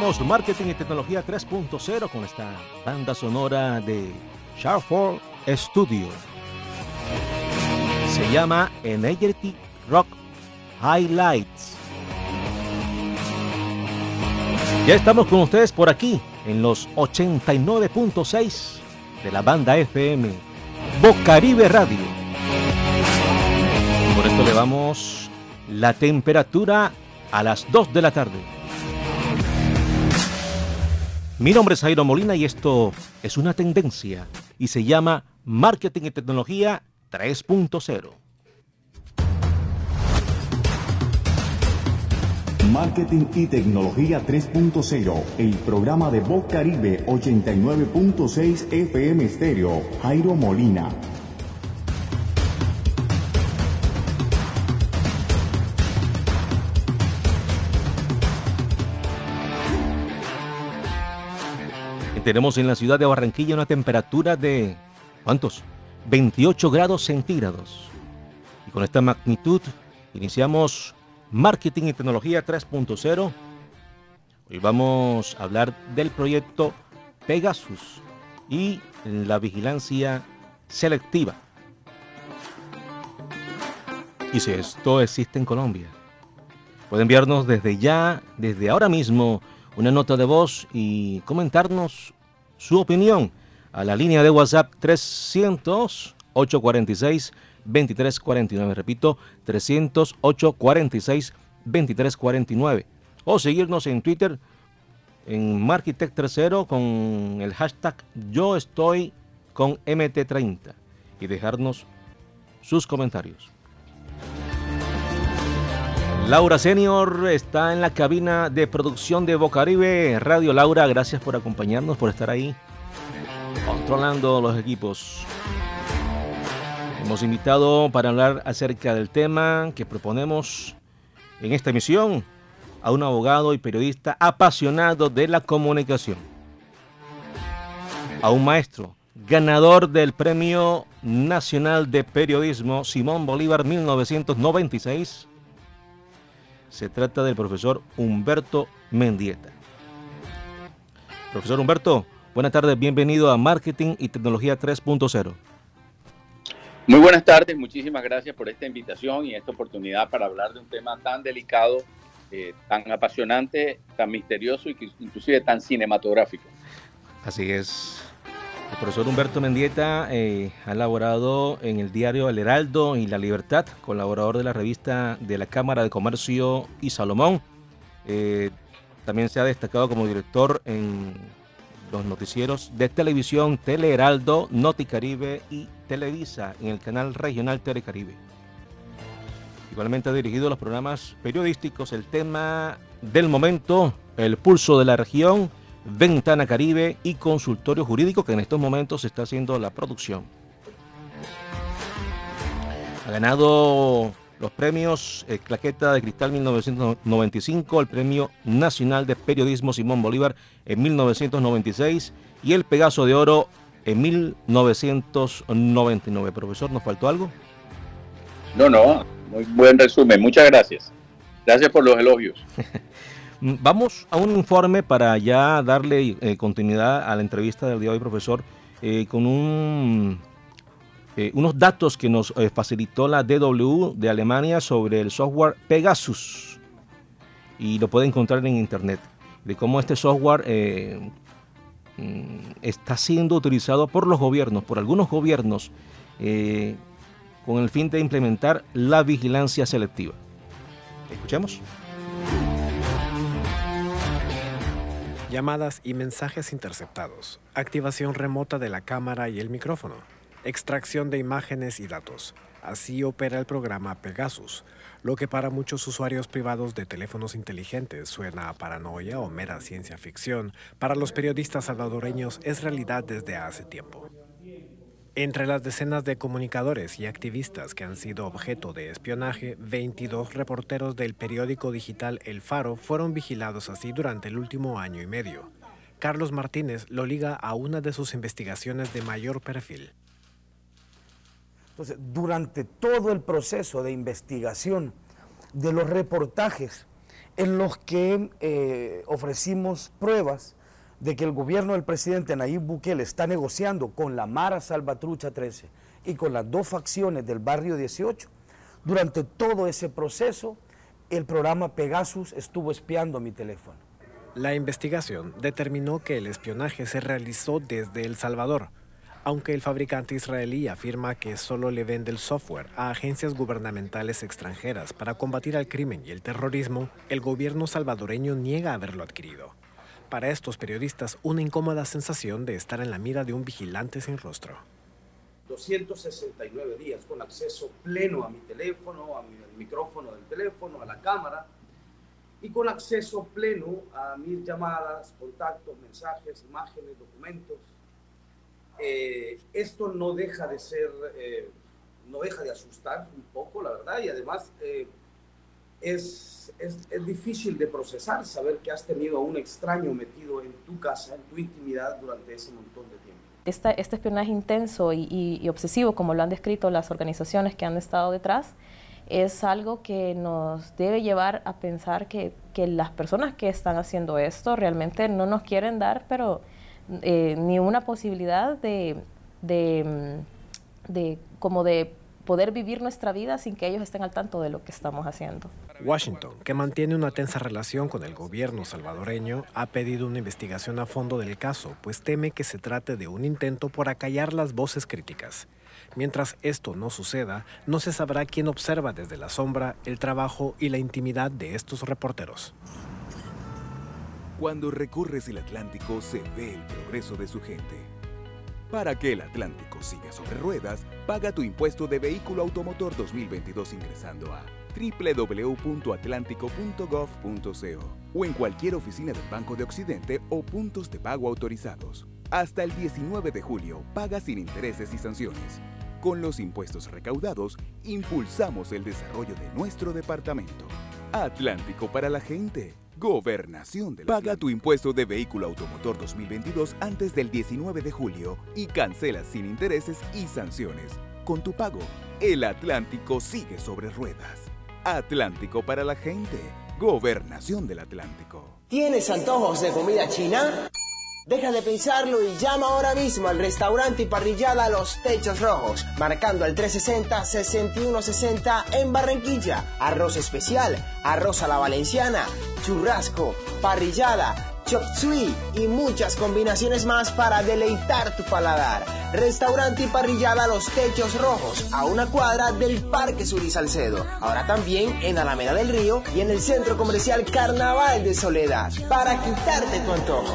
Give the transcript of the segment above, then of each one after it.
Iniciamos Marketing y Tecnología 3.0 con esta banda sonora de Sharpford Studio. Se llama Energy Rock Highlights. Ya estamos con ustedes por aquí en los 89.6 de la banda FM Bocaribe Radio. Y por esto le damos la temperatura a las 2 de la tarde. Mi nombre es Jairo Molina y esto es una tendencia y se llama Marketing y Tecnología 3.0. Marketing y Tecnología 3.0, el programa de Bocaribe 89.6 FM Estéreo, Jairo Molina. Tenemos en la ciudad de Barranquilla una temperatura de, ¿cuántos? 28 grados centígrados. Y con esta magnitud iniciamos Marketing y Tecnología 3.0. Hoy vamos a hablar del proyecto Pegasus y la vigilancia selectiva. Y si esto existe en Colombia, puede enviarnos desde ahora mismo, una nota de voz y comentarnos su opinión a la línea de WhatsApp 300-846-2349. Repito, 300-846-2349. O seguirnos en Twitter en Markitech30 con el hashtag Yo Estoy con MT30 y dejarnos sus comentarios. Laura Senior está en la cabina de producción de Bocaribe Radio. Laura, gracias por acompañarnos, por estar ahí controlando los equipos. Hemos invitado para hablar acerca del tema que proponemos en esta emisión a un abogado y periodista apasionado de la comunicación, a un maestro ganador del Premio Nacional de Periodismo Simón Bolívar 1996. Se trata del profesor Humberto Mendieta. Profesor Humberto, buenas tardes, bienvenido a Marketing y Tecnología 3.0. Muy buenas tardes, muchísimas gracias por esta invitación y esta oportunidad para hablar de un tema tan delicado, tan apasionante, tan misterioso y inclusive tan cinematográfico. Así es. El profesor Humberto Mendieta ha laborado en el diario El Heraldo y La Libertad, colaborador de la revista de la Cámara de Comercio y Salomón. También se ha destacado como director en los noticieros de televisión Tele Heraldo, Noticaribe y Televisa en el canal regional Telecaribe. Igualmente ha dirigido los programas periodísticos El Tema del Momento, El Pulso de la Región, Ventana Caribe y Consultorio Jurídico, que en estos momentos está haciendo la producción. Ha ganado los premios Claqueta de Cristal 1995, el Premio Nacional de Periodismo Simón Bolívar en 1996 y el Pegaso de Oro en 1999. Profesor, ¿nos faltó algo? No, muy buen resumen, muchas gracias. Gracias por los elogios. Vamos a un informe para ya darle continuidad a la entrevista del día de hoy, profesor, con unos datos que nos facilitó la DW de Alemania sobre el software Pegasus. Y lo puede encontrar en internet, de cómo este software está siendo utilizado por los gobiernos, por algunos gobiernos, con el fin de implementar la vigilancia selectiva. Escuchemos. Llamadas y mensajes interceptados, activación remota de la cámara y el micrófono, extracción de imágenes y datos. Así opera el programa Pegasus, lo que para muchos usuarios privados de teléfonos inteligentes suena a paranoia o mera ciencia ficción, para los periodistas salvadoreños es realidad desde hace tiempo. Entre las decenas de comunicadores y activistas que han sido objeto de espionaje, 22 reporteros del periódico digital El Faro fueron vigilados así durante el último año y medio. Carlos Martínez lo liga a una de sus investigaciones de mayor perfil. Entonces, durante todo el proceso de investigación de los reportajes en los que ofrecimos pruebas de que el gobierno del presidente Nayib Bukele está negociando con la Mara Salvatrucha 13 y con las dos facciones del barrio 18. Durante todo ese proceso, el programa Pegasus estuvo espiando mi teléfono. La investigación determinó que el espionaje se realizó desde El Salvador, aunque el fabricante israelí afirma que solo le vende el software a agencias gubernamentales extranjeras para combatir al crimen y el terrorismo. El gobierno salvadoreño niega haberlo adquirido. Para estos periodistas, una incómoda sensación de estar en la mira de un vigilante sin rostro. 269 días con acceso pleno a mi teléfono, al micrófono del teléfono, a la cámara, y con acceso pleno a mis llamadas, contactos, mensajes, imágenes, documentos. Esto no deja de ser, no deja de asustar un poco, la verdad, y además es difícil de procesar, saber que has tenido a un extraño metido en tu casa, en tu intimidad durante ese montón de tiempo. Este espionaje intenso y obsesivo, como lo han descrito las organizaciones que han estado detrás, es algo que nos debe llevar a pensar que las personas que están haciendo esto realmente no nos quieren dar, pero ni una posibilidad de poder vivir nuestra vida sin que ellos estén al tanto de lo que estamos haciendo. Washington, que mantiene una tensa relación con el gobierno salvadoreño, ha pedido una investigación a fondo del caso, pues teme que se trate de un intento por acallar las voces críticas. Mientras esto no suceda, no se sabrá quién observa desde la sombra el trabajo y la intimidad de estos reporteros. Cuando recorres el Atlántico se ve el progreso de su gente. Para que el Atlántico siga sobre ruedas, paga tu impuesto de vehículo automotor 2022 ingresando a www.atlántico.gov.co o en cualquier oficina del Banco de Occidente o puntos de pago autorizados. Hasta el 19 de julio, paga sin intereses y sanciones. Con los impuestos recaudados, impulsamos el desarrollo de nuestro departamento. Atlántico para la gente. Gobernación del Paga tu impuesto de vehículo automotor 2022 antes del 19 de julio y cancela sin intereses y sanciones. Con tu pago, el Atlántico sigue sobre ruedas. Atlántico para la gente. Gobernación del Atlántico. ¿Tienes antojos de comida china? Deja de pensarlo y llama ahora mismo al restaurante y parrillada Los Techos Rojos, marcando al 360-6160 en Barranquilla. Arroz especial, arroz a la valenciana, churrasco, parrillada, chop suey y muchas combinaciones más para deleitar tu paladar. Restaurante y parrillada Los Techos Rojos, a una cuadra del Parque Sur y Salcedo. Ahora también en Alameda del Río y en el Centro Comercial Carnaval de Soledad, para quitarte tu antojo.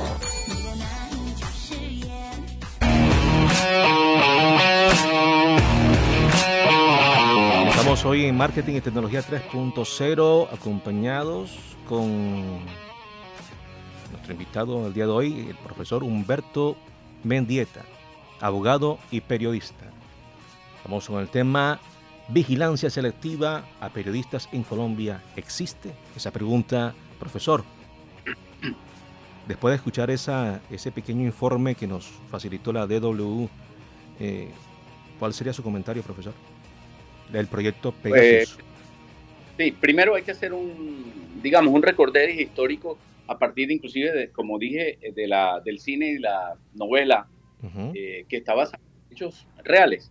Estamos hoy en Marketing y Tecnología 3.0, acompañados con nuestro invitado del día de hoy, el profesor Humberto Mendieta, abogado y periodista. Vamos con el tema: vigilancia selectiva a periodistas en Colombia. ¿Existe esa pregunta, profesor? Después de escuchar ese pequeño informe que nos facilitó la DW, ¿cuál sería su comentario, profesor, del proyecto Pegasus? Sí, primero hay que hacer un recorderis histórico a partir de, inclusive, como dije, del cine y la novela, que está basada en hechos reales.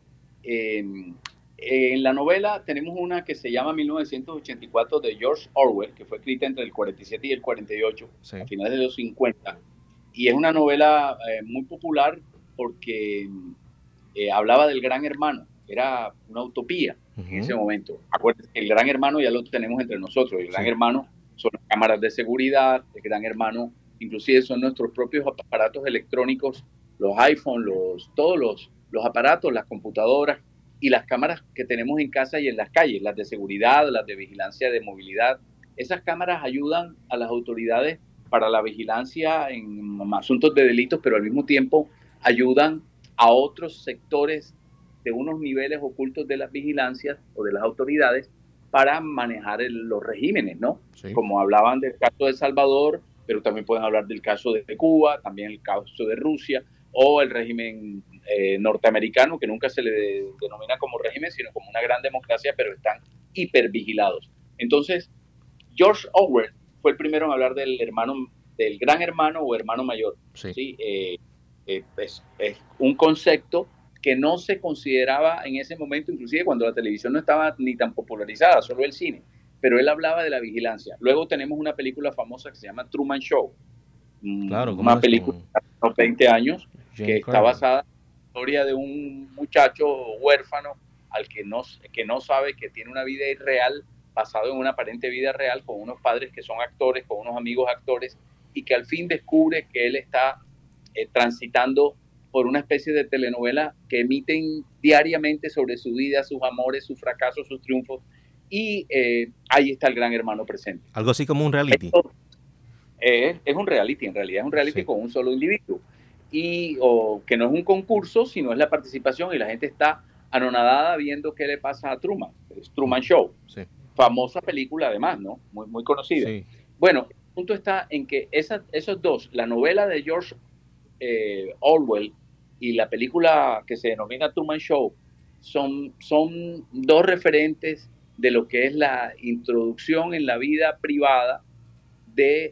En la novela tenemos una que se llama 1984 de George Orwell, que fue escrita entre el 47 y el 48, sí, a finales de los 50. Y es una novela muy popular porque hablaba del Gran Hermano. Era una utopía en ese momento. Acuérdense que el Gran Hermano ya lo tenemos entre nosotros. El Gran Hermano son las cámaras de seguridad, el Gran Hermano inclusive son nuestros propios aparatos electrónicos, los iPhone, todos los aparatos, las computadoras y las cámaras que tenemos en casa y en las calles, las de seguridad, las de vigilancia de movilidad. Esas cámaras ayudan a las autoridades para la vigilancia en asuntos de delitos, pero al mismo tiempo ayudan a otros sectores de unos niveles ocultos de las vigilancias o de las autoridades para manejar los regímenes, ¿no? Sí. Como hablaban del caso de El Salvador, pero también pueden hablar del caso de Cuba, también el caso de Rusia, o el régimen norteamericano, que nunca se le denomina como régimen, sino como una gran democracia, pero están hipervigilados. Entonces, George Orwell fue el primero en hablar del gran hermano o hermano mayor. Sí. ¿Sí? Es un concepto que no se consideraba en ese momento, inclusive cuando la televisión no estaba ni tan popularizada, solo el cine, pero él hablaba de la vigilancia. Luego tenemos una película famosa que se llama Truman Show, Claro, una película de unos 20 años que está basada en la historia de un muchacho huérfano al que no sabe que tiene una vida irreal, basado en una aparente vida real, con unos padres que son actores, con unos amigos actores, y que al fin descubre que él está transitando por una especie de telenovela que emiten diariamente sobre su vida, sus amores, sus fracasos, sus triunfos, y ahí está el gran hermano presente. Algo así como un reality. Esto, es un reality, en realidad es un reality con un solo individuo, o que no es un concurso, sino es la participación, y la gente está anonadada viendo qué le pasa a Truman. Es Truman Show, famosa película además, ¿no? Muy, muy conocida. Bueno, el punto está en que esos dos, la novela de George Orwell y la película que se denomina Truman Show, son dos referentes de lo que es la introducción en la vida privada de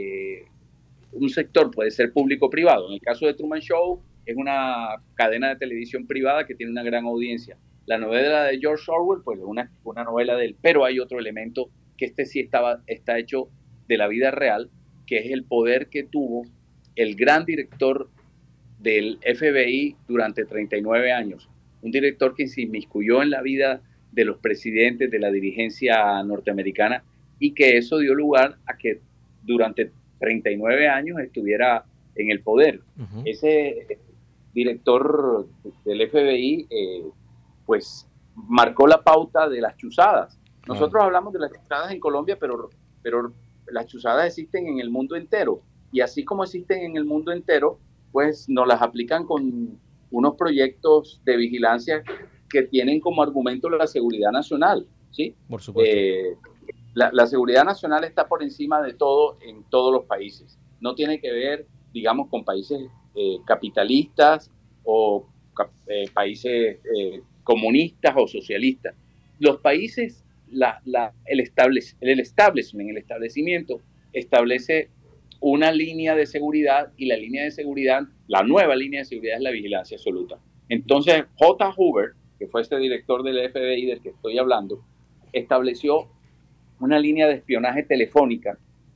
un sector, puede ser público-privado. En el caso de Truman Show, es una cadena de televisión privada que tiene una gran audiencia. La novela de George Orwell, pues es una novela de él, pero hay otro elemento que sí está hecho de la vida real, que es el poder que tuvo el gran director del FBI durante 39 años. Un director que se inmiscuyó en la vida de los presidentes, de la dirigencia norteamericana, y que eso dio lugar a que durante 39 años estuviera en el poder. Ese director del FBI, pues marcó la pauta de las chuzadas. Nosotros hablamos de las chuzadas en Colombia, pero las chuzadas existen en el mundo entero. Y así como existen en el mundo entero, pues nos las aplican con unos proyectos de vigilancia que tienen como argumento la seguridad nacional, ¿sí? Por supuesto. La seguridad nacional está por encima de todo en todos los países. No tiene que ver, digamos, con países capitalistas o países comunistas o socialistas. Los países, el establecimiento establece una línea de seguridad, y la nueva línea de seguridad es la vigilancia absoluta. Entonces, J. Hoover, que fue este director del FBI del que estoy hablando, estableció una línea de espionaje telefónica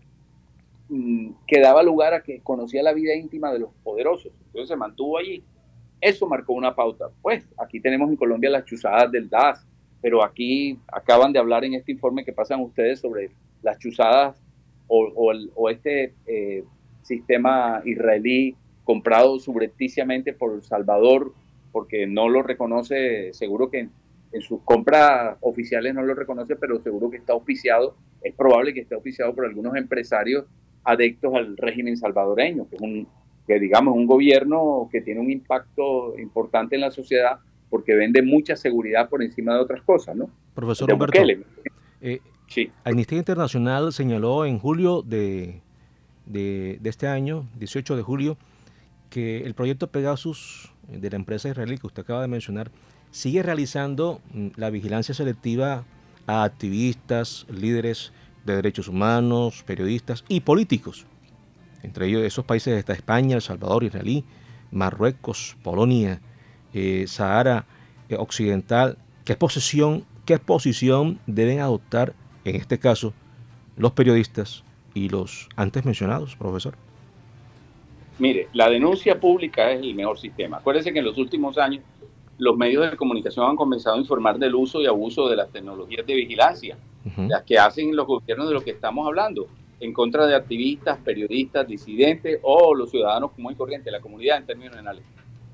que daba lugar a que conocía la vida íntima de los poderosos. Entonces se mantuvo allí. Eso marcó una pauta. Pues aquí tenemos en Colombia las chuzadas del DAS, pero aquí acaban de hablar en este informe que pasan ustedes sobre las chuzadas o este sistema israelí comprado subrepticiamente por El Salvador, porque no lo reconoce, seguro que en sus compras oficiales no lo reconoce, pero seguro que está auspiciado, es probable que esté auspiciado por algunos empresarios adeptos al régimen salvadoreño, que digamos un gobierno que tiene un impacto importante en la sociedad porque vende mucha seguridad por encima de otras cosas, ¿no? Profesor Humberto, sí. Amnistía Internacional señaló en julio de este año, 18 de julio, que el proyecto Pegasus de la empresa israelí que usted acaba de mencionar sigue realizando la vigilancia selectiva a activistas, líderes de derechos humanos, periodistas y políticos. Entre ellos, esos países está España, El Salvador, Israel, Marruecos, Polonia, Sahara Occidental. ¿Qué posición deben adoptar, en este caso, los periodistas y los antes mencionados, profesor? Mire, la denuncia pública es el mejor sistema. Acuérdense que en los últimos años los medios de comunicación han comenzado a informar del uso y abuso de las tecnologías de vigilancia, las que hacen los gobiernos de lo que estamos hablando, en contra de activistas, periodistas, disidentes o los ciudadanos común y corriente, la comunidad en términos generales.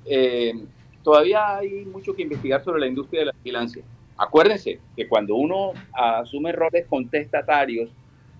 Todavía hay mucho que investigar sobre la industria de la vigilancia. Acuérdense que cuando uno asume roles contestatarios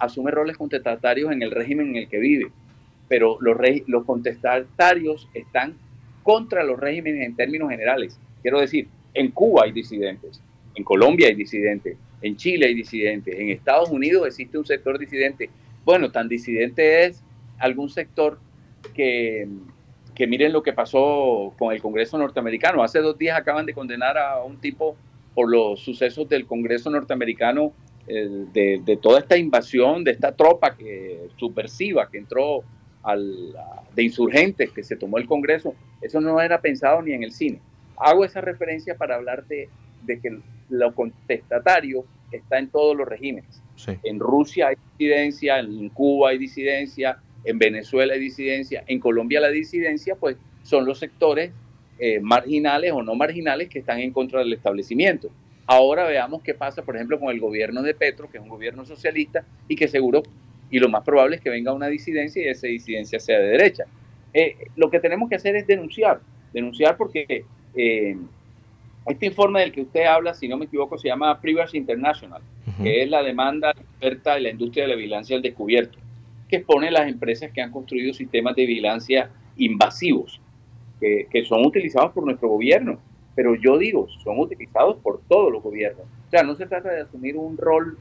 en el régimen en el que vive, pero los contestatarios están contra los regímenes en términos generales. Quiero decir, en Cuba hay disidentes, en Colombia hay disidentes, en Chile hay disidentes, en Estados Unidos existe un sector disidente. Bueno, tan disidente es algún sector que miren lo que pasó con el Congreso norteamericano. Hace 2 días acaban de condenar a un tipo por los sucesos del Congreso norteamericano de toda esta invasión, de esta tropa subversiva que entró de insurgentes que se tomó el Congreso, eso no era pensado ni en el cine. Hago esa referencia para hablar de que lo contestatario está en todos los regímenes. Sí. En Rusia hay disidencia, en Cuba hay disidencia, en Venezuela hay disidencia, en Colombia la disidencia pues son los sectores marginales o no marginales que están en contra del establecimiento. Ahora veamos qué pasa, por ejemplo, con el gobierno de Petro, que es un gobierno socialista y que seguro, y lo más probable es que venga una disidencia y esa disidencia sea de derecha. Lo que tenemos que hacer es denunciar porque este informe del que usted habla, si no me equivoco, se llama Privacy International, que es la demanda experta de la industria de la vigilancia al descubierto, que expone las empresas que han construido sistemas de vigilancia invasivos, que son utilizados por nuestro gobierno, pero yo digo, son utilizados por todos los gobiernos. O sea, no se trata de asumir un rol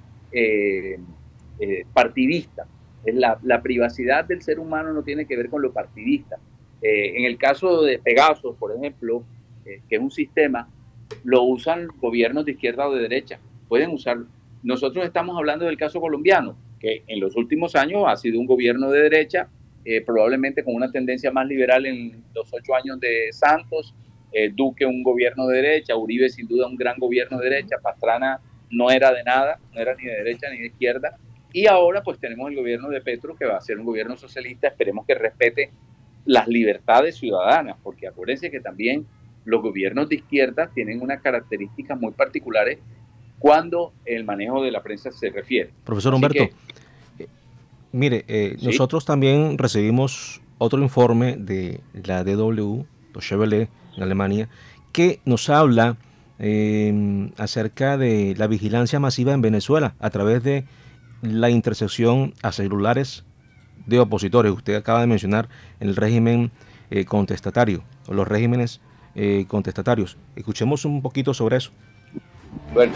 partidista. La privacidad del ser humano no tiene que ver con lo partidista. En el caso de Pegasus, por ejemplo, que es un sistema, lo usan gobiernos de izquierda o de derecha. Pueden usarlo. Nosotros estamos hablando del caso colombiano, que en los últimos años ha sido un gobierno de derecha, probablemente con una tendencia más liberal en los 8 años de Santos, Duque un gobierno de derecha, Uribe sin duda un gran gobierno de derecha, Pastrana no era de nada, no era ni de derecha ni de izquierda, y ahora pues tenemos el gobierno de Petro que va a ser un gobierno socialista, esperemos que respete las libertades ciudadanas, porque acuérdense que también los gobiernos de izquierda tienen unas características muy particulares cuando el manejo de la prensa se refiere. Profesor Humberto, mire, ¿sí? Nosotros también recibimos otro informe de la DW, Deutsche Welle, en Alemania, que nos habla acerca de la vigilancia masiva en Venezuela a través de la intercepción a celulares de opositores. Usted acaba de mencionar el régimen contestatario, o los regímenes contestatarios. Escuchemos un poquito sobre eso. Bueno.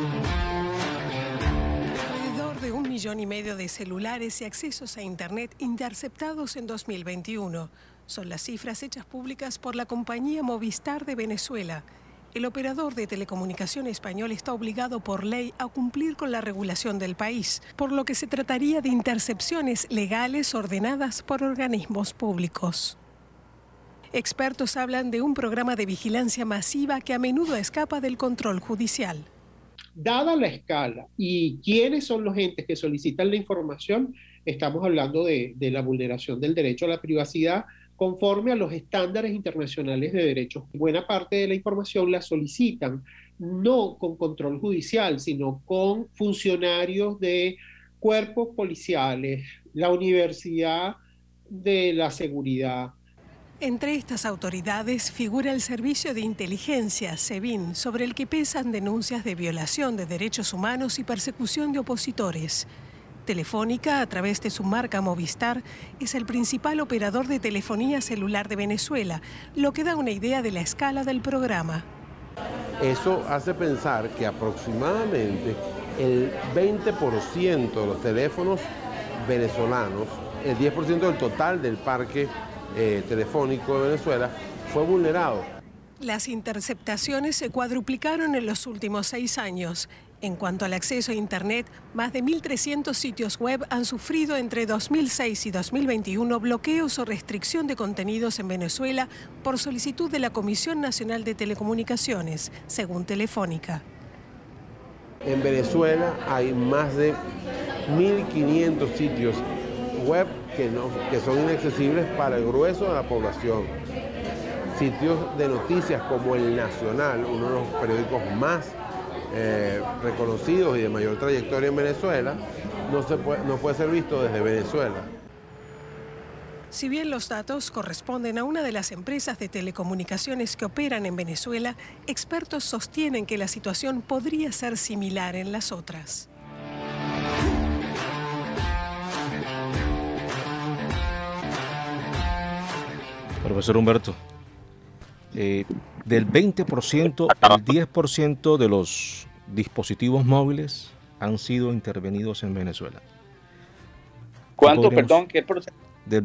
Alrededor de 1,5 millones de celulares y accesos a Internet interceptados en 2021. Son las cifras hechas públicas por la compañía Movistar de Venezuela. El operador de telecomunicación español está obligado por ley a cumplir con la regulación del país, por lo que se trataría de intercepciones legales ordenadas por organismos públicos. Expertos hablan de un programa de vigilancia masiva que a menudo escapa del control judicial. Dada la escala y quiénes son los entes que solicitan la información, estamos hablando de la vulneración del derecho a la privacidad conforme a los estándares internacionales de derechos. Buena parte de la información la solicitan no con control judicial, sino con funcionarios de cuerpos policiales, la Universidad de la Seguridad. Entre estas autoridades figura el Servicio de Inteligencia, SEBIN, sobre el que pesan denuncias de violación de derechos humanos y persecución de opositores. Telefónica, a través de su marca Movistar, es el principal operador de telefonía celular de Venezuela, lo que da una idea de la escala del programa. Eso hace pensar que aproximadamente el 20% de los teléfonos venezolanos, el 10% del total del parque telefónico de Venezuela, fue vulnerado. Las interceptaciones se cuadruplicaron en los últimos 6 años. En cuanto al acceso a Internet, más de 1.300 sitios web han sufrido entre 2006 y 2021 bloqueos o restricción de contenidos en Venezuela por solicitud de la Comisión Nacional de Telecomunicaciones, según Telefónica. En Venezuela hay más de 1.500 sitios web que son inaccesibles para el grueso de la población. Sitios de noticias como El Nacional, uno de los periódicos más reconocidos y de mayor trayectoria en Venezuela, no puede ser visto desde Venezuela. Si bien los datos corresponden a una de las empresas de telecomunicaciones que operan en Venezuela, expertos sostienen que la situación podría ser similar en las otras. Profesor Humberto, del 20% al 10% de los dispositivos móviles han sido intervenidos en Venezuela. ¿Cuánto, perdón? ¿Qué porcentaje? Del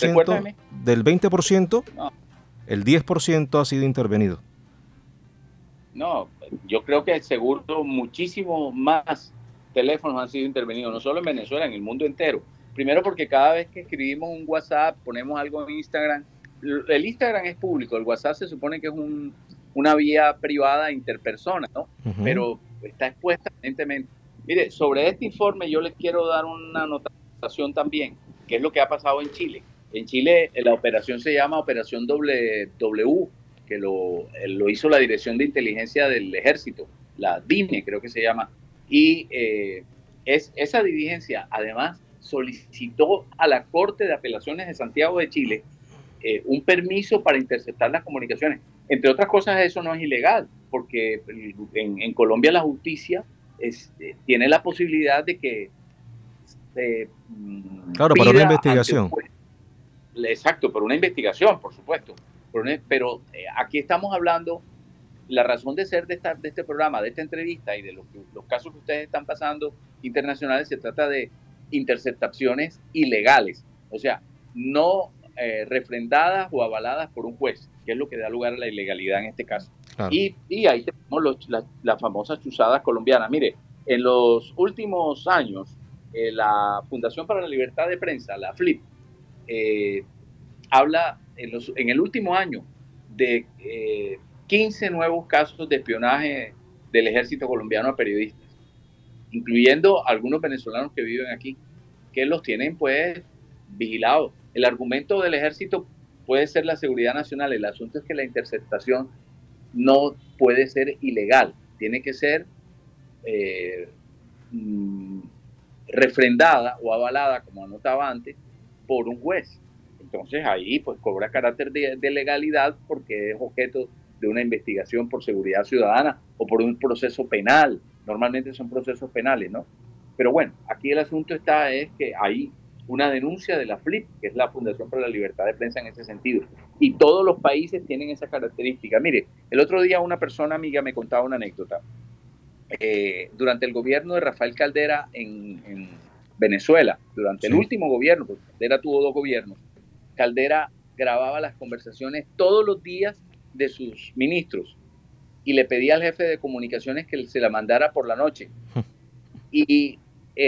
20%, no. El 10% ha sido intervenido. No, yo creo que seguro muchísimo más teléfonos han sido intervenidos, no solo en Venezuela, en el mundo entero. Primero porque cada vez que escribimos un WhatsApp, ponemos algo en Instagram, el Instagram es público, el WhatsApp se supone que es una vía privada interpersona, ¿no? Pero está expuesta evidentemente. Mire, sobre este informe yo les quiero dar una anotación también, que es lo que ha pasado en Chile. En Chile la operación se llama Operación W, que lo hizo la Dirección de Inteligencia del Ejército, la DINE creo que se llama, y esa diligencia además solicitó a la Corte de Apelaciones de Santiago de Chile un permiso para interceptar las comunicaciones. Entre otras cosas, eso no es ilegal, porque en Colombia la justicia tiene la posibilidad de que claro, para una investigación. Exacto, por una investigación, por supuesto. Pero aquí estamos hablando, la razón de ser de este programa, de esta entrevista y de los casos que ustedes están pasando internacionales, se trata de interceptaciones ilegales, o sea, no refrendadas o avaladas por un juez, que es lo que da lugar a la ilegalidad en este caso. Claro. Y ahí tenemos las famosas chuzadas colombianas. Mire, en los últimos años, la Fundación para la Libertad de Prensa, la FLIP, habla en el último año de 15 nuevos casos de espionaje del ejército colombiano a periodistas, incluyendo algunos venezolanos que viven aquí, que los tienen pues vigilados. El argumento del ejército puede ser la seguridad nacional, el asunto es que la interceptación no puede ser ilegal, tiene que ser refrendada o avalada, como anotaba antes, por un juez. Entonces ahí pues cobra carácter de legalidad porque es objeto de una investigación por seguridad ciudadana o por un proceso penal. Normalmente son procesos penales, ¿no? Pero bueno, aquí el asunto es que hay una denuncia de la FLIP, que es la Fundación para la Libertad de Prensa en ese sentido. Y todos los países tienen esa característica. Mire, el otro día una persona amiga me contaba una anécdota. Durante el gobierno de Rafael Caldera en Venezuela, durante el último gobierno, porque Caldera tuvo 2 gobiernos, Caldera grababa las conversaciones todos los días de sus ministros y le pedía al jefe de comunicaciones que se la mandara por la noche. Y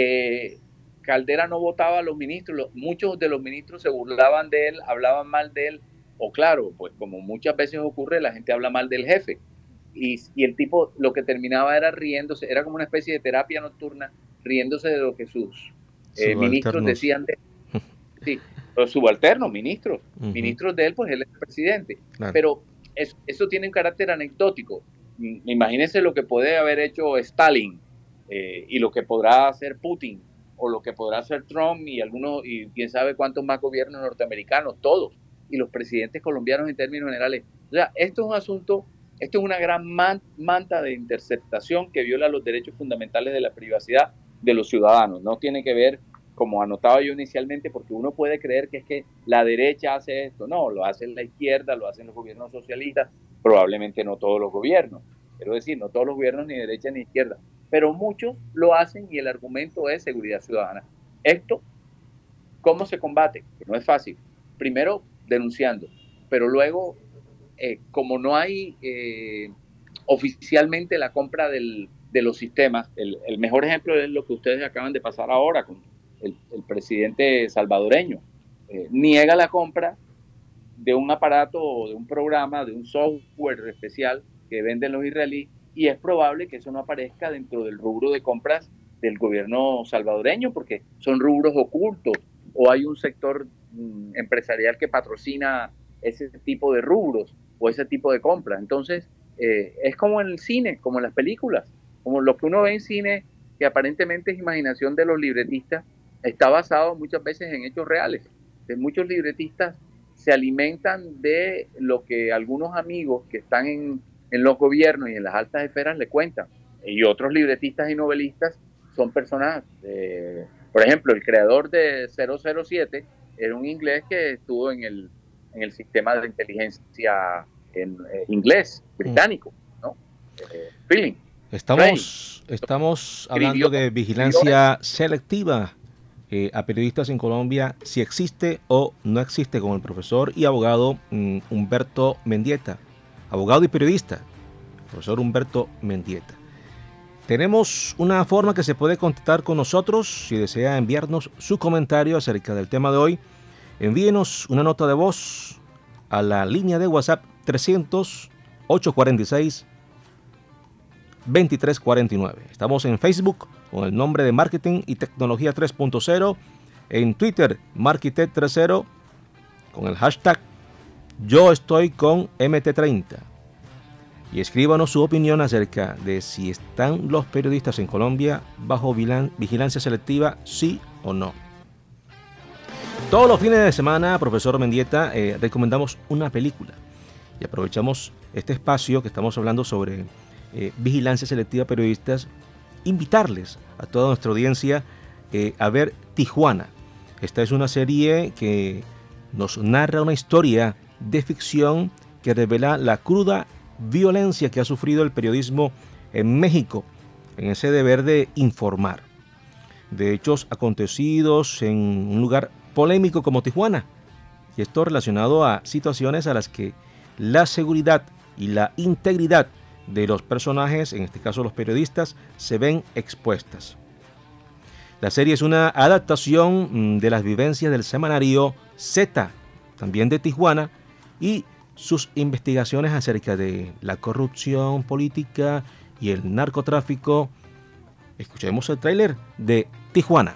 Caldera no votaba a los ministros, muchos de los ministros se burlaban de él, hablaban mal de él, o claro, pues como muchas veces ocurre, la gente habla mal del jefe. Y el tipo lo que terminaba era riéndose, era como una especie de terapia nocturna, riéndose de lo que sus ministros decían de él. Sí, los subalternos, ministros de él, pues él es el presidente. Claro. Pero eso tiene un carácter anecdótico. Imagínense lo que puede haber hecho Stalin y lo que podrá hacer Putin o lo que podrá hacer Trump y quién sabe cuántos más gobiernos norteamericanos, todos, y los presidentes colombianos en términos generales. O sea, esto es un asunto, esto es una gran manta de interceptación que viola los derechos fundamentales de la privacidad de los ciudadanos. No tiene que ver, como anotaba yo inicialmente, porque uno puede creer que es que la derecha hace esto. No, lo hace la izquierda, lo hacen los gobiernos socialistas, probablemente no todos los gobiernos. Quiero decir, no todos los gobiernos, ni derecha ni izquierda, pero muchos lo hacen y el argumento es seguridad ciudadana. Esto, ¿cómo se combate? Que no es fácil. Primero, denunciando, pero luego, como no hay oficialmente la compra de los sistemas, el mejor ejemplo es lo que ustedes acaban de pasar ahora con el presidente salvadoreño. Niega la compra de un aparato o de un programa, de un software especial que venden los israelíes, y es probable que eso no aparezca dentro del rubro de compras del gobierno salvadoreño, porque son rubros ocultos, o hay un sector empresarial que patrocina ese tipo de rubros o ese tipo de compras. Entonces, es como en el cine, como en las películas, como lo que uno ve en cine, que aparentemente es imaginación de los libretistas, está basado muchas veces en hechos reales. Muchos libretistas se alimentan de lo que algunos amigos que están en los gobiernos y en las altas esferas le cuentan. Y otros libretistas y novelistas son personas, por ejemplo, el creador de 007 era un inglés que estuvo en el sistema de inteligencia inglés, británico, ¿no? Feeling. Estamos hablando de vigilancia selectiva a periodistas en Colombia, si existe o no existe, con el profesor y abogado Humberto Mendieta, abogado y periodista, profesor Humberto Mendieta. Tenemos una forma que se puede contactar con nosotros. Si desea enviarnos su comentario acerca del tema de hoy, envíenos una nota de voz a la línea de WhatsApp 300-846-2349. Estamos en Facebook con el nombre de Marketing y Tecnología 3.0, en Twitter Marketing30 con el hashtag Yo estoy con MT30. Y escríbanos su opinión acerca de si están los periodistas en Colombia bajo vigilancia selectiva, sí o no. Todos los fines de semana, profesor Mendieta, recomendamos una película. Y aprovechamos este espacio que estamos hablando sobre vigilancia selectiva a periodistas, invitarles a toda nuestra audiencia a ver Tijuana. Esta es una serie que nos narra una historia de ficción que revela la cruda violencia que ha sufrido el periodismo en México en ese deber de informar de hechos acontecidos en un lugar polémico como Tijuana, y esto relacionado a situaciones a las que la seguridad y la integridad de los personajes, en este caso los periodistas, se ven expuestas. La serie es una adaptación de las vivencias del semanario Z, también de Tijuana, y sus investigaciones acerca de la corrupción política y el narcotráfico. Escuchemos el tráiler de Tijuana.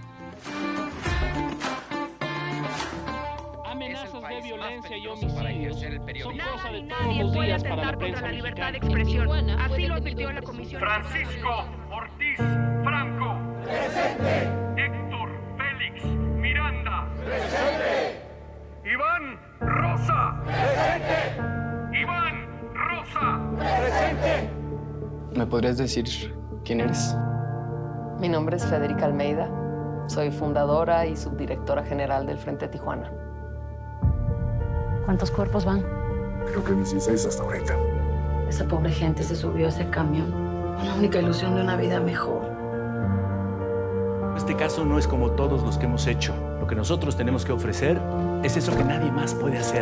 Amenazas de violencia y homicidios son cosa de todos los días para la prensa la libertad de expresión. Así lo advirtió la Comisión. Francisco Ortiz Franco. Presente. Héctor Félix Miranda. Presente. Iván Rosa. Presente. Iván Rosa. Presente. ¿Me podrías decir quién eres? Mi nombre es Federica Almeida. Soy fundadora y subdirectora general del Frente Tijuana. ¿Cuántos cuerpos van? Creo que 16 hasta ahorita. Esa pobre gente se subió a ese camión con la única ilusión de una vida mejor. Este caso no es como todos los que hemos hecho. Lo que nosotros tenemos que ofrecer es eso que nadie más puede hacer.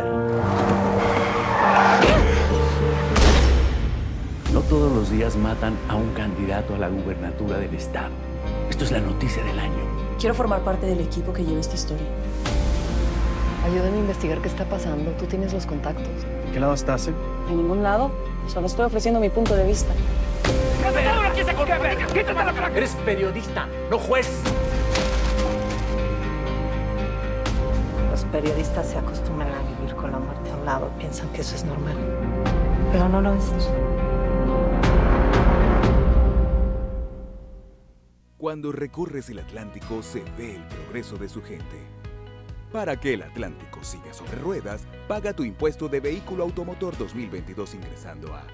No todos los días matan a un candidato a la gubernatura del estado. Esto es la noticia del año. Quiero formar parte del equipo que lleve esta historia. Ayúdame a investigar qué está pasando. Tú tienes los contactos. ¿En qué lado estás, En ningún lado. Solo estoy ofreciendo mi punto de vista. Eres periodista, no juez. Los periodistas se acostumbran a vivir con la muerte a un lado. Piensan que eso es normal. Pero no lo es. Cuando recorres el Atlántico se ve el progreso de su gente. Para que el Atlántico siga sobre ruedas, paga tu impuesto de vehículo automotor 2022 ingresando a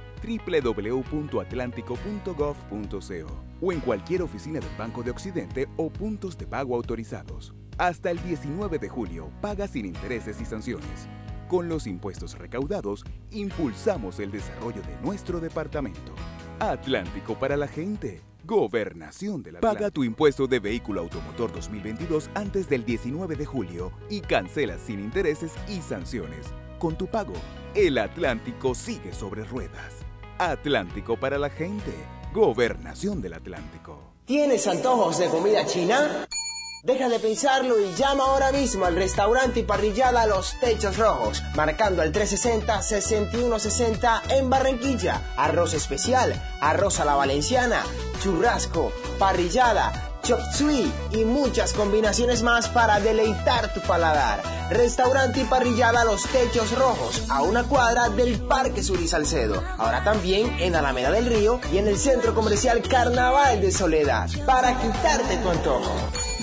www.atlántico.gov.co o en cualquier oficina del Banco de Occidente o puntos de pago autorizados. Hasta el 19 de julio, paga sin intereses y sanciones. Con los impuestos recaudados, impulsamos el desarrollo de nuestro departamento. Atlántico para la gente. Gobernación del Atlántico. Paga tu impuesto de vehículo automotor 2022 antes del 19 de julio y cancela sin intereses y sanciones. Con tu pago, el Atlántico sigue sobre ruedas. Atlántico para la gente. Gobernación del Atlántico. ¿Tienes antojos de comida china? Deja de pensarlo y llama ahora mismo al restaurante y parrillada Los Techos Rojos, marcando al 360-6160 en Barranquilla. Arroz especial, arroz a la valenciana, churrasco, parrillada, chop suey y muchas combinaciones más para deleitar tu paladar. Restaurante y parrillada Los Techos Rojos, a una cuadra del Parque Sur y Salcedo. Ahora también en Alameda del Río y en el Centro Comercial Carnaval de Soledad, para quitarte tu antojo.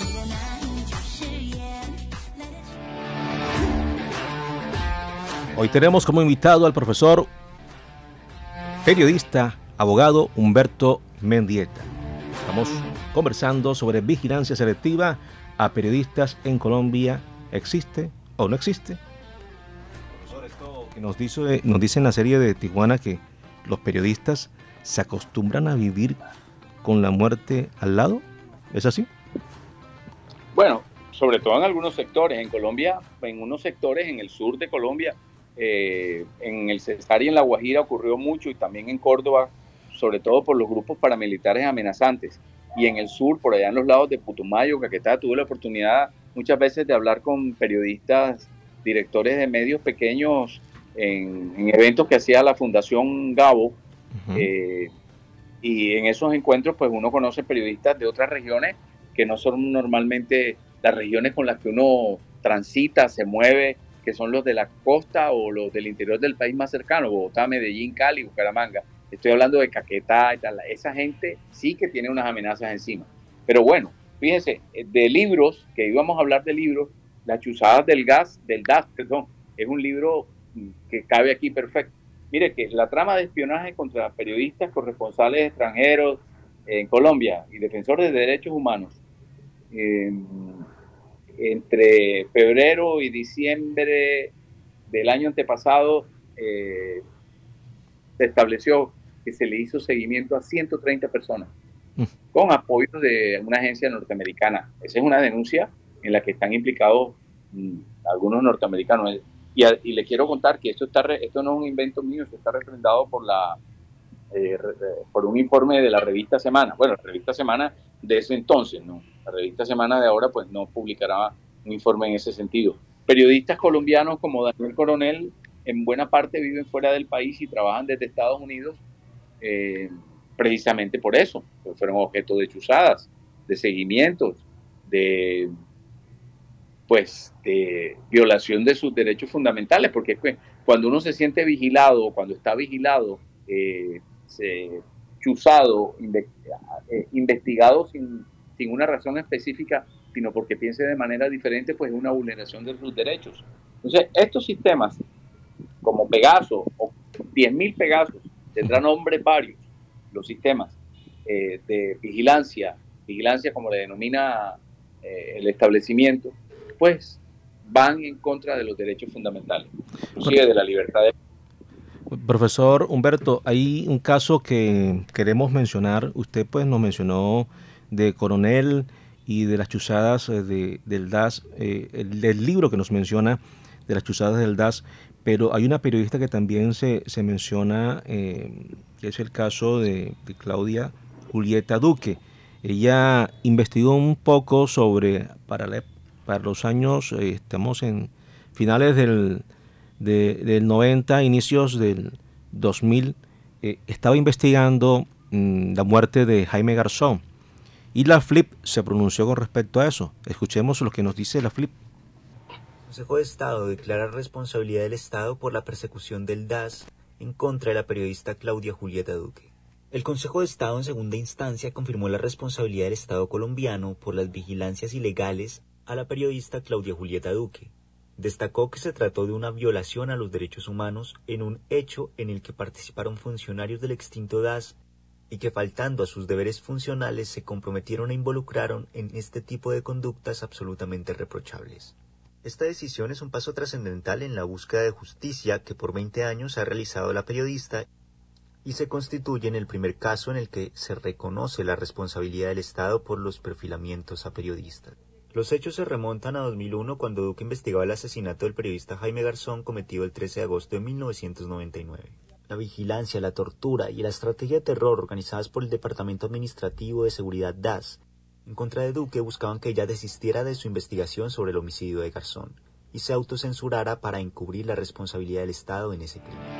Hoy tenemos como invitado al profesor, periodista, abogado Humberto Mendieta. Estamos conversando sobre vigilancia selectiva a periodistas en Colombia. ¿Existe o no existe? Profesor, esto que nos dice en la serie de Tijuana que los periodistas se acostumbran a vivir con la muerte al lado. ¿Es así? Bueno, sobre todo en algunos sectores. En Colombia, en unos sectores en el sur de Colombia, en el Cesar y en La Guajira ocurrió mucho, y también en Córdoba sobre todo por los grupos paramilitares amenazantes. Y en el sur, por allá en los lados de Putumayo, Caquetá, tuve la oportunidad muchas veces de hablar con periodistas, directores de medios pequeños en eventos que hacía la Fundación Gabo. Y en esos encuentros pues uno conoce periodistas de otras regiones que no son normalmente las regiones con las que uno transita, se mueve, que son los de la costa o los del interior del país más cercano, Bogotá, Medellín, Cali, Bucaramanga. Estoy hablando de Caquetá y tal. Esa gente sí que tiene unas amenazas encima. Pero bueno, fíjense, de libros, que íbamos a hablar de libros, Las chuzadas del DAS, es un libro que cabe aquí perfecto. Mire que la trama de espionaje contra periodistas, corresponsales extranjeros en Colombia y defensores de derechos humanos entre febrero y diciembre del año antepasado se estableció que se le hizo seguimiento a 130 personas con apoyo de una agencia norteamericana. Esa es una denuncia en la que están implicados algunos norteamericanos. Y le quiero contar que esto no es un invento mío, esto está refrendado por un informe de la revista Semana. Bueno, la revista Semana de ese entonces, ¿no? La revista Semana de ahora pues no publicará un informe en ese sentido. Periodistas colombianos como Daniel Coronel en buena parte viven fuera del país y trabajan desde Estados Unidos precisamente por eso. Pues fueron objeto de chuzadas, de seguimientos, de violación de sus derechos fundamentales, porque cuando uno se siente vigilado, cuando está vigilado, chuzado, investigado sin una razón específica, sino porque piense de manera diferente, pues es una vulneración de sus derechos. Entonces, estos sistemas, como Pegaso o 10.000 Pegasos, tendrán nombres varios, los sistemas de vigilancia como le denomina el establecimiento, pues van en contra de los derechos fundamentales, inclusive de la libertad de... Profesor Humberto, hay un caso que queremos mencionar. Usted pues nos mencionó de Coronel y de las chuzadas del DAS, el libro que nos menciona de las chuzadas del DAS, pero hay una periodista que también se menciona, que es el caso de Claudia Julieta Duque. Ella investigó un poco sobre, para los años, estamos en finales del 90, inicios del 2000, estaba investigando la muerte de Jaime Garzón y la FLIP se pronunció con respecto a eso. Escuchemos lo que nos dice la FLIP. El Consejo de Estado declara responsabilidad del Estado por la persecución del DAS en contra de la periodista Claudia Julieta Duque. El Consejo de Estado en segunda instancia confirmó la responsabilidad del Estado colombiano por las vigilancias ilegales a la periodista Claudia Julieta Duque. Destacó que se trató de una violación a los derechos humanos en un hecho en el que participaron funcionarios del extinto DAS y que, faltando a sus deberes funcionales, se comprometieron e involucraron en este tipo de conductas absolutamente reprochables. Esta decisión es un paso trascendental en la búsqueda de justicia que por 20 años ha realizado la periodista y se constituye en el primer caso en el que se reconoce la responsabilidad del Estado por los perfilamientos a periodistas. Los hechos se remontan a 2001, cuando Duque investigaba el asesinato del periodista Jaime Garzón cometido el 13 de agosto de 1999. La vigilancia, la tortura y la estrategia de terror organizadas por el Departamento Administrativo de Seguridad DAS en contra de Duque buscaban que ella desistiera de su investigación sobre el homicidio de Garzón y se autocensurara para encubrir la responsabilidad del Estado en ese crimen.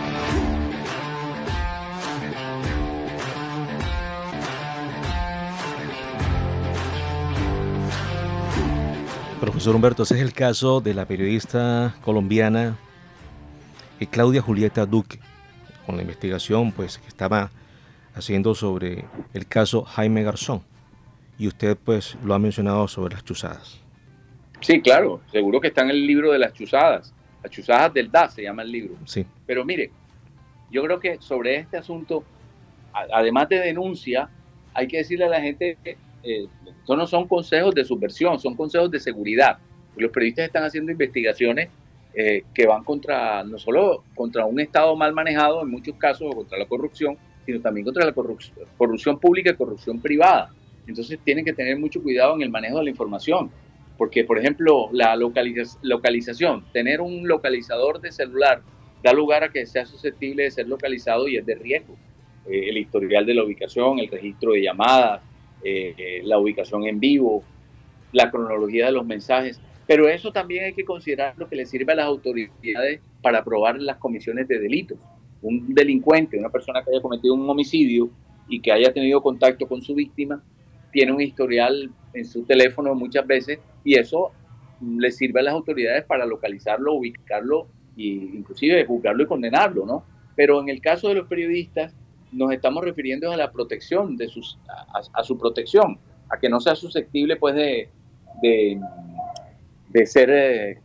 Profesor Humberto, ese es el caso de la periodista colombiana Claudia Julieta Duque, con la investigación pues que estaba haciendo sobre el caso Jaime Garzón. Y usted pues lo ha mencionado sobre las chuzadas. Sí, claro, seguro que está en el libro de las chuzadas del DAS se llama el libro. Sí. Pero mire, yo creo que sobre este asunto, además de denuncia, hay que decirle a la gente que estos no son consejos de subversión, son consejos de seguridad. Los periodistas están haciendo investigaciones que van no solo contra un Estado mal manejado, en muchos casos contra la corrupción, sino también contra la corrupción pública y corrupción privada. Entonces tienen que tener mucho cuidado en el manejo de la información, porque por ejemplo la localización, tener un localizador de celular da lugar a que sea susceptible de ser localizado y es de riesgo. el historial de la ubicación, el registro de llamadas, la ubicación en vivo, la cronología de los mensajes. Pero eso también hay que considerar lo que le sirve a las autoridades para probar las comisiones de delitos. Un delincuente, una persona que haya cometido un homicidio y que haya tenido contacto con su víctima, tiene un historial en su teléfono muchas veces, y eso le sirve a las autoridades para localizarlo, ubicarlo e inclusive juzgarlo y condenarlo, ¿no? Pero en el caso de los periodistas nos estamos refiriendo a la protección de a su protección, a que no sea susceptible pues de ser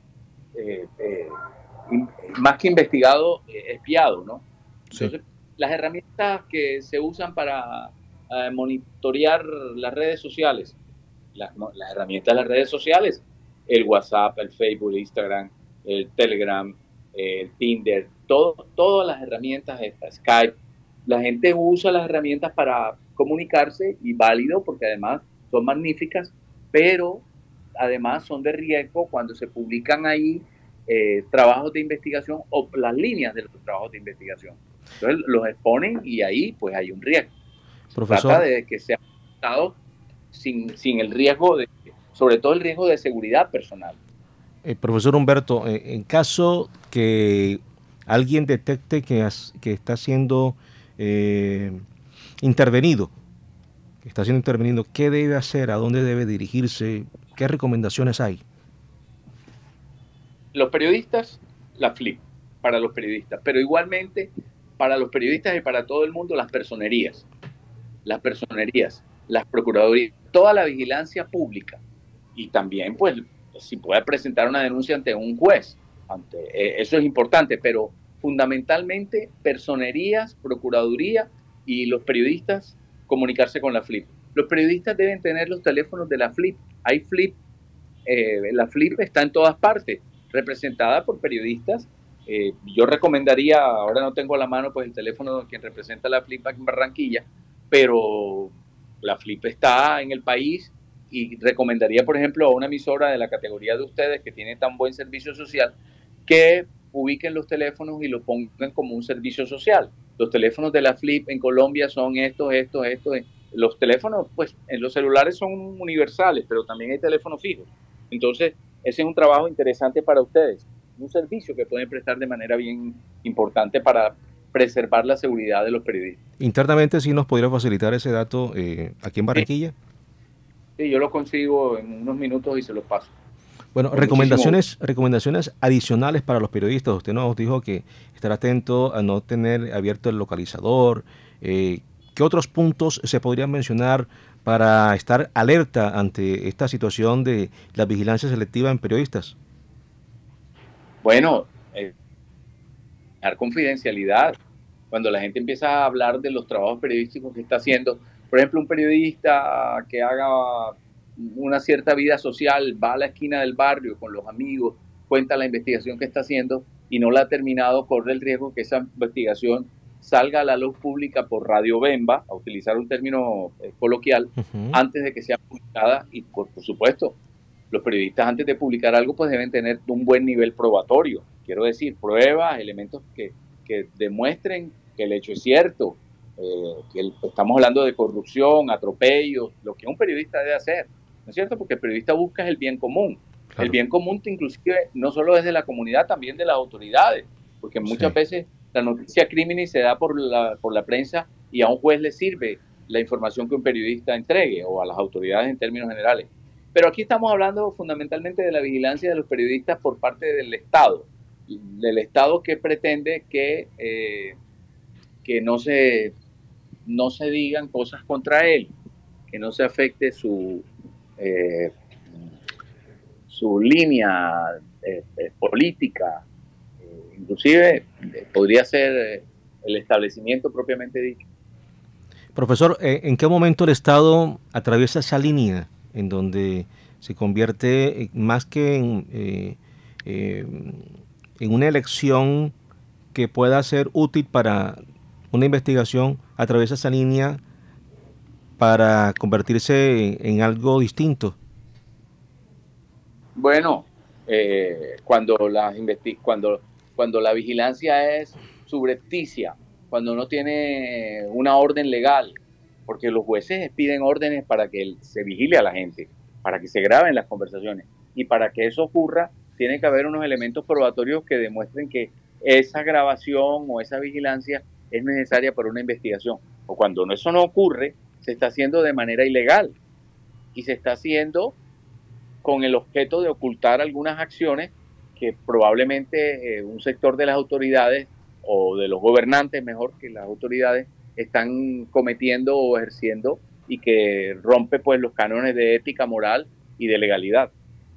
más que investigado, espiado, ¿no? Entonces, las herramientas que se usan para monitorear las redes sociales, las herramientas de las redes sociales, el WhatsApp, el Facebook, el Instagram, el Telegram, el Tinder, todas las herramientas, Skype, la gente usa las herramientas para comunicarse, y válido porque además son magníficas, pero además son de riesgo cuando se publican ahí trabajos de investigación o las líneas de los trabajos de investigación. Entonces los exponen y ahí pues hay un riesgo. Profesor, trata de que sea usado sin el riesgo sobre todo el riesgo de seguridad personal. Profesor Humberto, en caso que alguien detecte que está siendo intervenido, ¿qué debe hacer? ¿A dónde debe dirigirse? ¿Qué recomendaciones hay? Los periodistas, la FLIP para los periodistas, pero igualmente para los periodistas y para todo el mundo las personerías, las procuradurías, toda la vigilancia pública, y también pues si puede presentar una denuncia ante un juez, eso es importante, pero fundamentalmente personerías, procuraduría y los periodistas comunicarse con la FLIP. Los periodistas deben tener los teléfonos de la FLIP. Hay FLIP, la FLIP está en todas partes, representada por periodistas. Yo recomendaría, ahora no tengo a la mano pues el teléfono de quien representa la FLIP aquí en Barranquilla, pero la FLIP está en el país, y recomendaría, por ejemplo, a una emisora de la categoría de ustedes que tiene tan buen servicio social, que ubiquen los teléfonos y lo pongan como un servicio social. Los teléfonos de la FLIP en Colombia son estos. Los teléfonos, pues, en los celulares son universales, pero también hay teléfonos fijos. Entonces, ese es un trabajo interesante para ustedes, un servicio que pueden prestar de manera bien importante para preservar la seguridad de los periodistas. Internamente, ¿sí nos podría facilitar ese dato aquí en Barranquilla? Sí, yo lo consigo en unos minutos y se los paso. Bueno, recomendaciones adicionales para los periodistas. Usted nos dijo que estar atento a no tener abierto el localizador. ¿Qué otros puntos se podrían mencionar para estar alerta ante esta situación de la vigilancia selectiva en periodistas? Bueno, dar confidencialidad. Cuando la gente empieza a hablar de los trabajos periodísticos que está haciendo, por ejemplo, un periodista que haga una cierta vida social, va a la esquina del barrio con los amigos, cuenta la investigación que está haciendo y no la ha terminado, corre el riesgo que esa investigación salga a la luz pública por Radio Bemba, a utilizar un término coloquial, antes de que sea publicada. Y por supuesto, los periodistas antes de publicar algo pues deben tener un buen nivel probatorio, quiero decir, pruebas, elementos que demuestren que el hecho es cierto, que estamos hablando de corrupción, atropellos, lo que un periodista debe hacer, ¿no es cierto? Porque el periodista busca el bien común. Claro. El bien común inclusive no solo desde la comunidad, también de las autoridades, porque muchas veces la noticia criminis se da por la prensa y a un juez le sirve la información que un periodista entregue, o a las autoridades en términos generales. Pero aquí estamos hablando fundamentalmente de la vigilancia de los periodistas por parte del Estado que pretende que no se digan cosas contra él, que no se afecte su línea política, inclusive podría ser el establecimiento propiamente dicho. Profesor, ¿en qué momento el Estado atraviesa esa línea en donde se convierte más que en una elección que pueda ser útil para una investigación, atraviesa esa línea para convertirse en algo distinto? Bueno, cuando la vigilancia es subrepticia, cuando no tiene una orden legal, porque los jueces piden órdenes para que se vigile a la gente, para que se graben las conversaciones, y para que eso ocurra tiene que haber unos elementos probatorios que demuestren que esa grabación o esa vigilancia es necesaria para una investigación. O cuando eso no ocurre, se está haciendo de manera ilegal y se está haciendo con el objeto de ocultar algunas acciones que probablemente un sector de las autoridades o de los gobernantes, mejor que las autoridades, están cometiendo o ejerciendo y que rompe pues los cánones de ética, moral y de legalidad.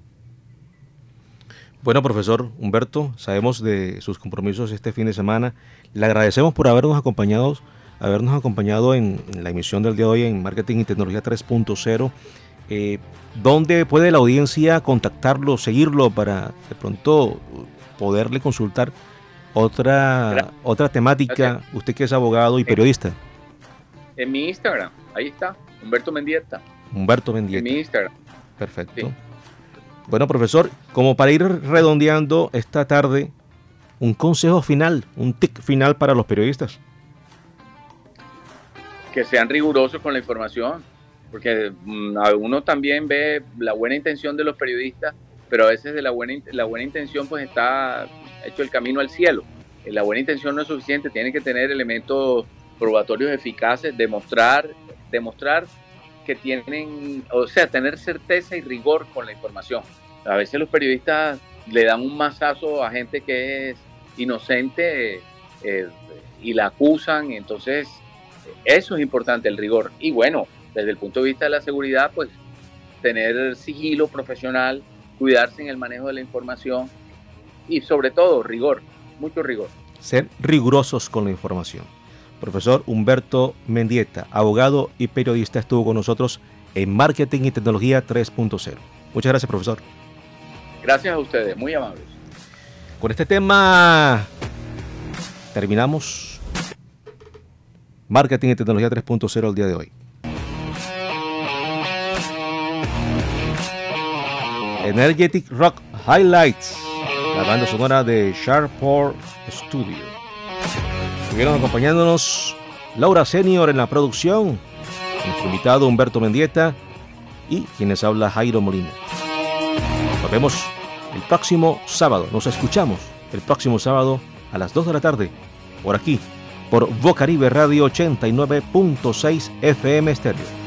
Bueno, profesor Humberto, sabemos de sus compromisos este fin de semana. Le agradecemos por habernos acompañado en la emisión del día de hoy en Marketing y Tecnología 3.0. ¿Dónde puede la audiencia contactarlo, seguirlo para de pronto poderle consultar otra temática? Gracias. Usted que es abogado y periodista. En mi Instagram, ahí está, Humberto Mendieta. Humberto Mendieta. En mi Instagram. Perfecto. Sí. Bueno, profesor, como para ir redondeando esta tarde, un consejo final, un tic final para los periodistas. Que sean rigurosos con la información, porque uno también ve la buena intención de los periodistas, pero a veces de la buena intención pues está hecho el camino al cielo. La buena intención no es suficiente, tiene que tener elementos probatorios eficaces, demostrar que tienen, o sea, tener certeza y rigor con la información. A veces los periodistas le dan un mazazo a gente que es inocente y la acusan, entonces eso es importante, el rigor. Y bueno, desde el punto de vista de la seguridad, pues tener sigilo profesional, cuidarse en el manejo de la información y sobre todo rigor, mucho rigor. Ser rigurosos con la información. Profesor Humberto Mendieta, abogado y periodista, estuvo con nosotros en Marketing y Tecnología 3.0. Muchas gracias, profesor. Gracias a ustedes, muy amables. Con este tema terminamos Marketing y Tecnología 3.0 el día de hoy. Energetic Rock Highlights, la banda sonora de Sharport Studio. Estuvieron acompañándonos Laura Senior en la producción, nuestro invitado Humberto Mendieta y quienes habla Jairo Molina. Nos vemos el próximo sábado, nos escuchamos el próximo sábado a las 2 de la tarde, por aquí, por Bocaribe Radio 89.6 FM Estéreo.